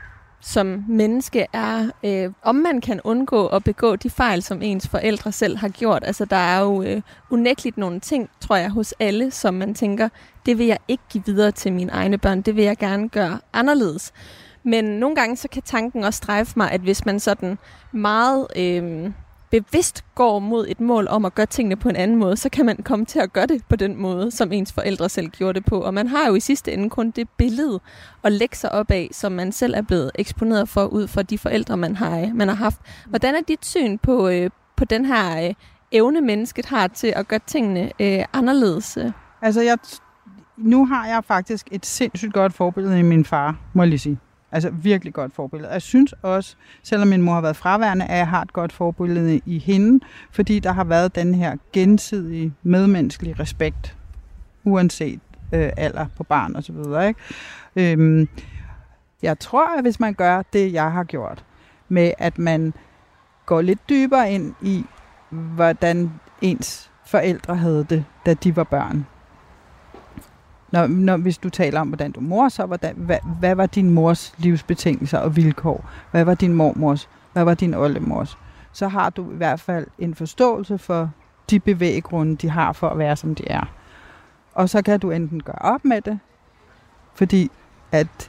som menneske er, øh, om man kan undgå at begå de fejl, som ens forældre selv har gjort. Altså, der er jo øh, unægteligt nogle ting, tror jeg, hos alle, som man tænker, det vil jeg ikke give videre til mine egne børn. Det vil jeg gerne gøre anderledes. Men nogle gange så kan tanken også strejfe mig, at hvis man sådan meget øh, bevidst går mod et mål om at gøre tingene på en anden måde, så kan man komme til at gøre det på den måde, som ens forældre selv gjorde det på. Og man har jo i sidste ende kun det billede at lægge sig op af, som man selv er blevet eksponeret for ud fra de forældre, man har, man har haft. Hvordan er dit syn på, øh, på den her øh, evne, mennesket har til at gøre tingene øh, anderledes? Altså, jeg, nu har jeg faktisk et sindssygt godt forbillede i min far, må jeg lige sige. Altså virkelig godt forbillede. Jeg synes også, selvom min mor har været fraværende, at jeg har et godt forbillede i hende, fordi der har været den her gensidige medmenneskelige respekt, uanset øh, alder på barn og så videre. Ikke? Øhm, jeg tror, at hvis man gør det, jeg har gjort, med at man går lidt dybere ind i, hvordan ens forældre havde det, da de var børn. Når, når, hvis du taler om, hvordan du mor, så hvordan, hvad, hvad var din mors livsbetingelser og vilkår? Hvad var din mormors? Hvad var din oldemors? Så har du i hvert fald en forståelse for de bevæggrunde, de har for at være, som de er. Og så kan du enten gøre op med det, fordi at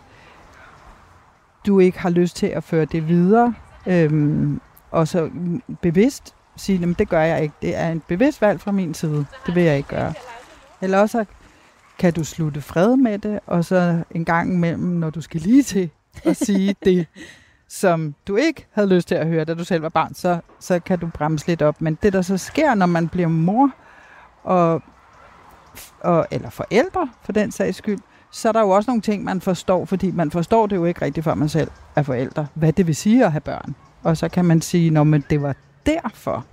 du ikke har lyst til at føre det videre, øhm, og så bevidst sige, at det gør jeg ikke. Det er en bevidst valg fra min side. Det vil jeg ikke gøre. Eller også kan du slutte fred med det, og så en gang imellem, når du skal lige til at sige det, som du ikke havde lyst til at høre, da du selv var barn, så, så kan du bremse lidt op. Men det, der så sker, når man bliver mor, og, og, eller forældre for den sags skyld, så er der jo også nogle ting, man forstår, fordi man forstår det jo ikke rigtigt, før man selv er forældre, hvad det vil sige at have børn. Og så kan man sige, nå, men det var derfor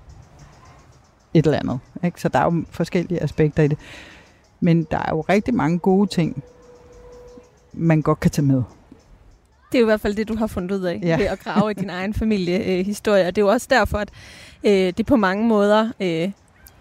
et eller andet. Ikke? Så der er jo forskellige aspekter i det. Men der er jo rigtig mange gode ting, man godt kan tage med. Det er jo i hvert fald det, du har fundet ud af, ja. ved at grave i din egen familiehistorie. Og det er jo også derfor, at øh, det på mange måder øh,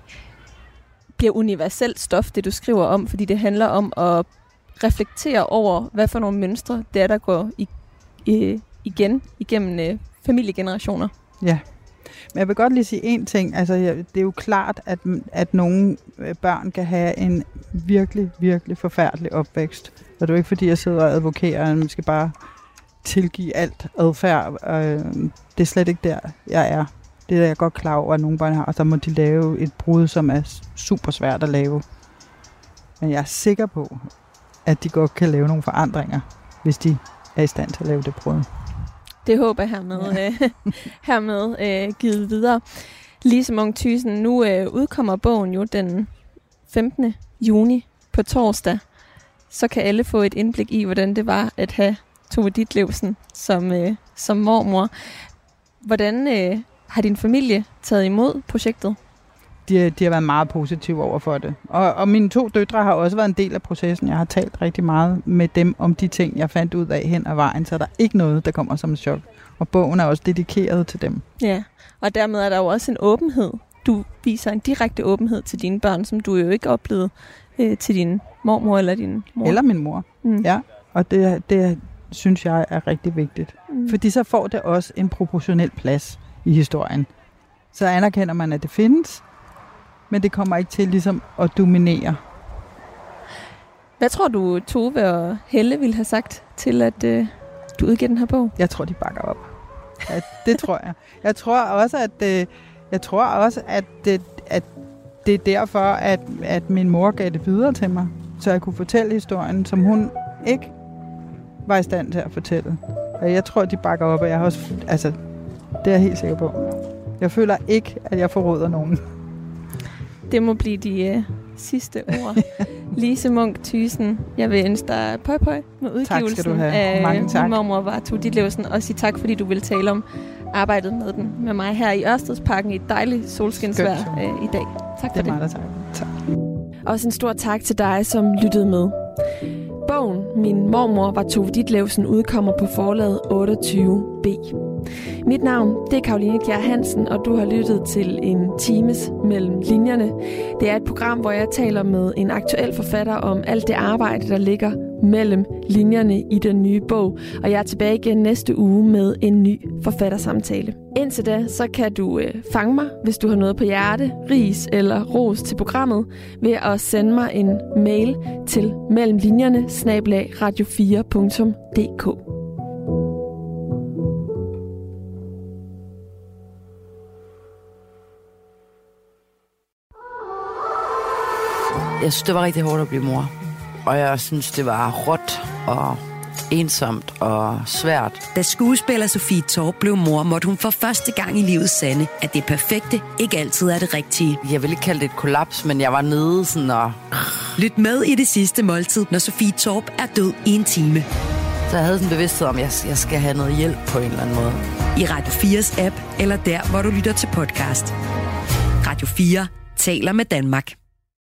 bliver universelt stof, det du skriver om. Fordi det handler om at reflektere over, hvad for nogle mønstre det er, der går i, i, igen igennem øh, familiegenerationer. Ja. Men jeg vil godt lige sige en ting. Altså, det er jo klart, at, at nogle børn kan have en virkelig, virkelig forfærdelig opvækst. Og det er jo ikke, fordi jeg sidder og advokerer, at man skal bare tilgive alt adfærd. Det er slet ikke der, jeg er. Det er jeg godt klar over, at nogle børn har, og så må de lave et brud, som er super svært at lave. Men jeg er sikker på, at de godt kan lave nogle forandringer, hvis de er i stand til at lave det brud. Det håber jeg hermed, ja. øh, hermed øh, givet videre. Lise Munch Thyssen, nu øh, udkommer bogen jo den femtende juni på torsdag. Så kan alle få et indblik i, hvordan det var at have Tove Ditlevsen som, øh, som mormor. Hvordan øh, har din familie taget imod projektet? De, de har været meget positive over for det. Og, og mine to døtre har også været en del af processen. Jeg har talt rigtig meget med dem om de ting, jeg fandt ud af hen ad vejen, så der er ikke noget, der kommer som chok. Og bogen er også dedikeret til dem. Ja, og dermed er der jo også en åbenhed. Du viser en direkte åbenhed til dine børn, som du jo ikke oplevede øh, til din mormor eller din mor. Eller min mor, mm. ja. Og det, det synes jeg er rigtig vigtigt. Mm. Fordi så får det også en proportionel plads i historien. Så anerkender man, at det findes, men det kommer ikke til ligesom at dominere. Hvad tror du, Tove og Helle ville have sagt til, at øh, du udgiver den her bog? Jeg tror, de bakker op. Ja, det tror jeg. Jeg tror også, at, øh, jeg tror også, at, det, at det er derfor, at, at min mor gav det videre til mig, så jeg kunne fortælle historien, som hun ikke var i stand til at fortælle. Og jeg tror, de bakker op, og jeg har også, altså, det er jeg helt sikker på. Jeg føler ikke, at jeg forråder nogen. Det må blive de øh, sidste ord. Lise Munch Thyssen, jeg vil ønske dig pøj pøj med udgivelsen af Min mormor var Tove Ditlevsen, og sige tak, fordi du vil tale om arbejdet med den med mig her i Ørstedsparken i et dejligt solskinsvejr øh, i dag. Tak for det. Det er meget, tak. tak. Også en stor tak til dig, som lyttede med. Bogen Min mormor var Tove Ditlevsen udkommer på forlaget otteogtyve B. Mit navn, det er Karoline Kjær Hansen, og du har lyttet til en times mellem linjerne. Det er et program, hvor jeg taler med en aktuel forfatter om alt det arbejde, der ligger mellem linjerne i den nye bog. Og jeg er tilbage igen næste uge med en ny forfattersamtale. Indtil da, så kan du øh, fange mig, hvis du har noget på hjerte, ris eller ros til programmet, ved at sende mig en mail til mellemlinjerne snabel-a radio fire punktum d k. Jeg synes, det var rigtig hårdt at blive mor. Og jeg synes, det var råt og ensomt og svært. Da skuespiller Sofie Torp blev mor, måtte hun for første gang i livet sande, at det perfekte ikke altid er det rigtige. Jeg vil ikke kalde det et kollaps, men jeg var nede sådan og... Lyt med i Det Sidste Måltid, når Sofie Torp er død i en time. Så jeg havde sådan en bevidsthed om, at jeg skal have noget hjælp på en eller anden måde. I Radio fires app, eller der, hvor du lytter til podcast. Radio fire taler med Danmark.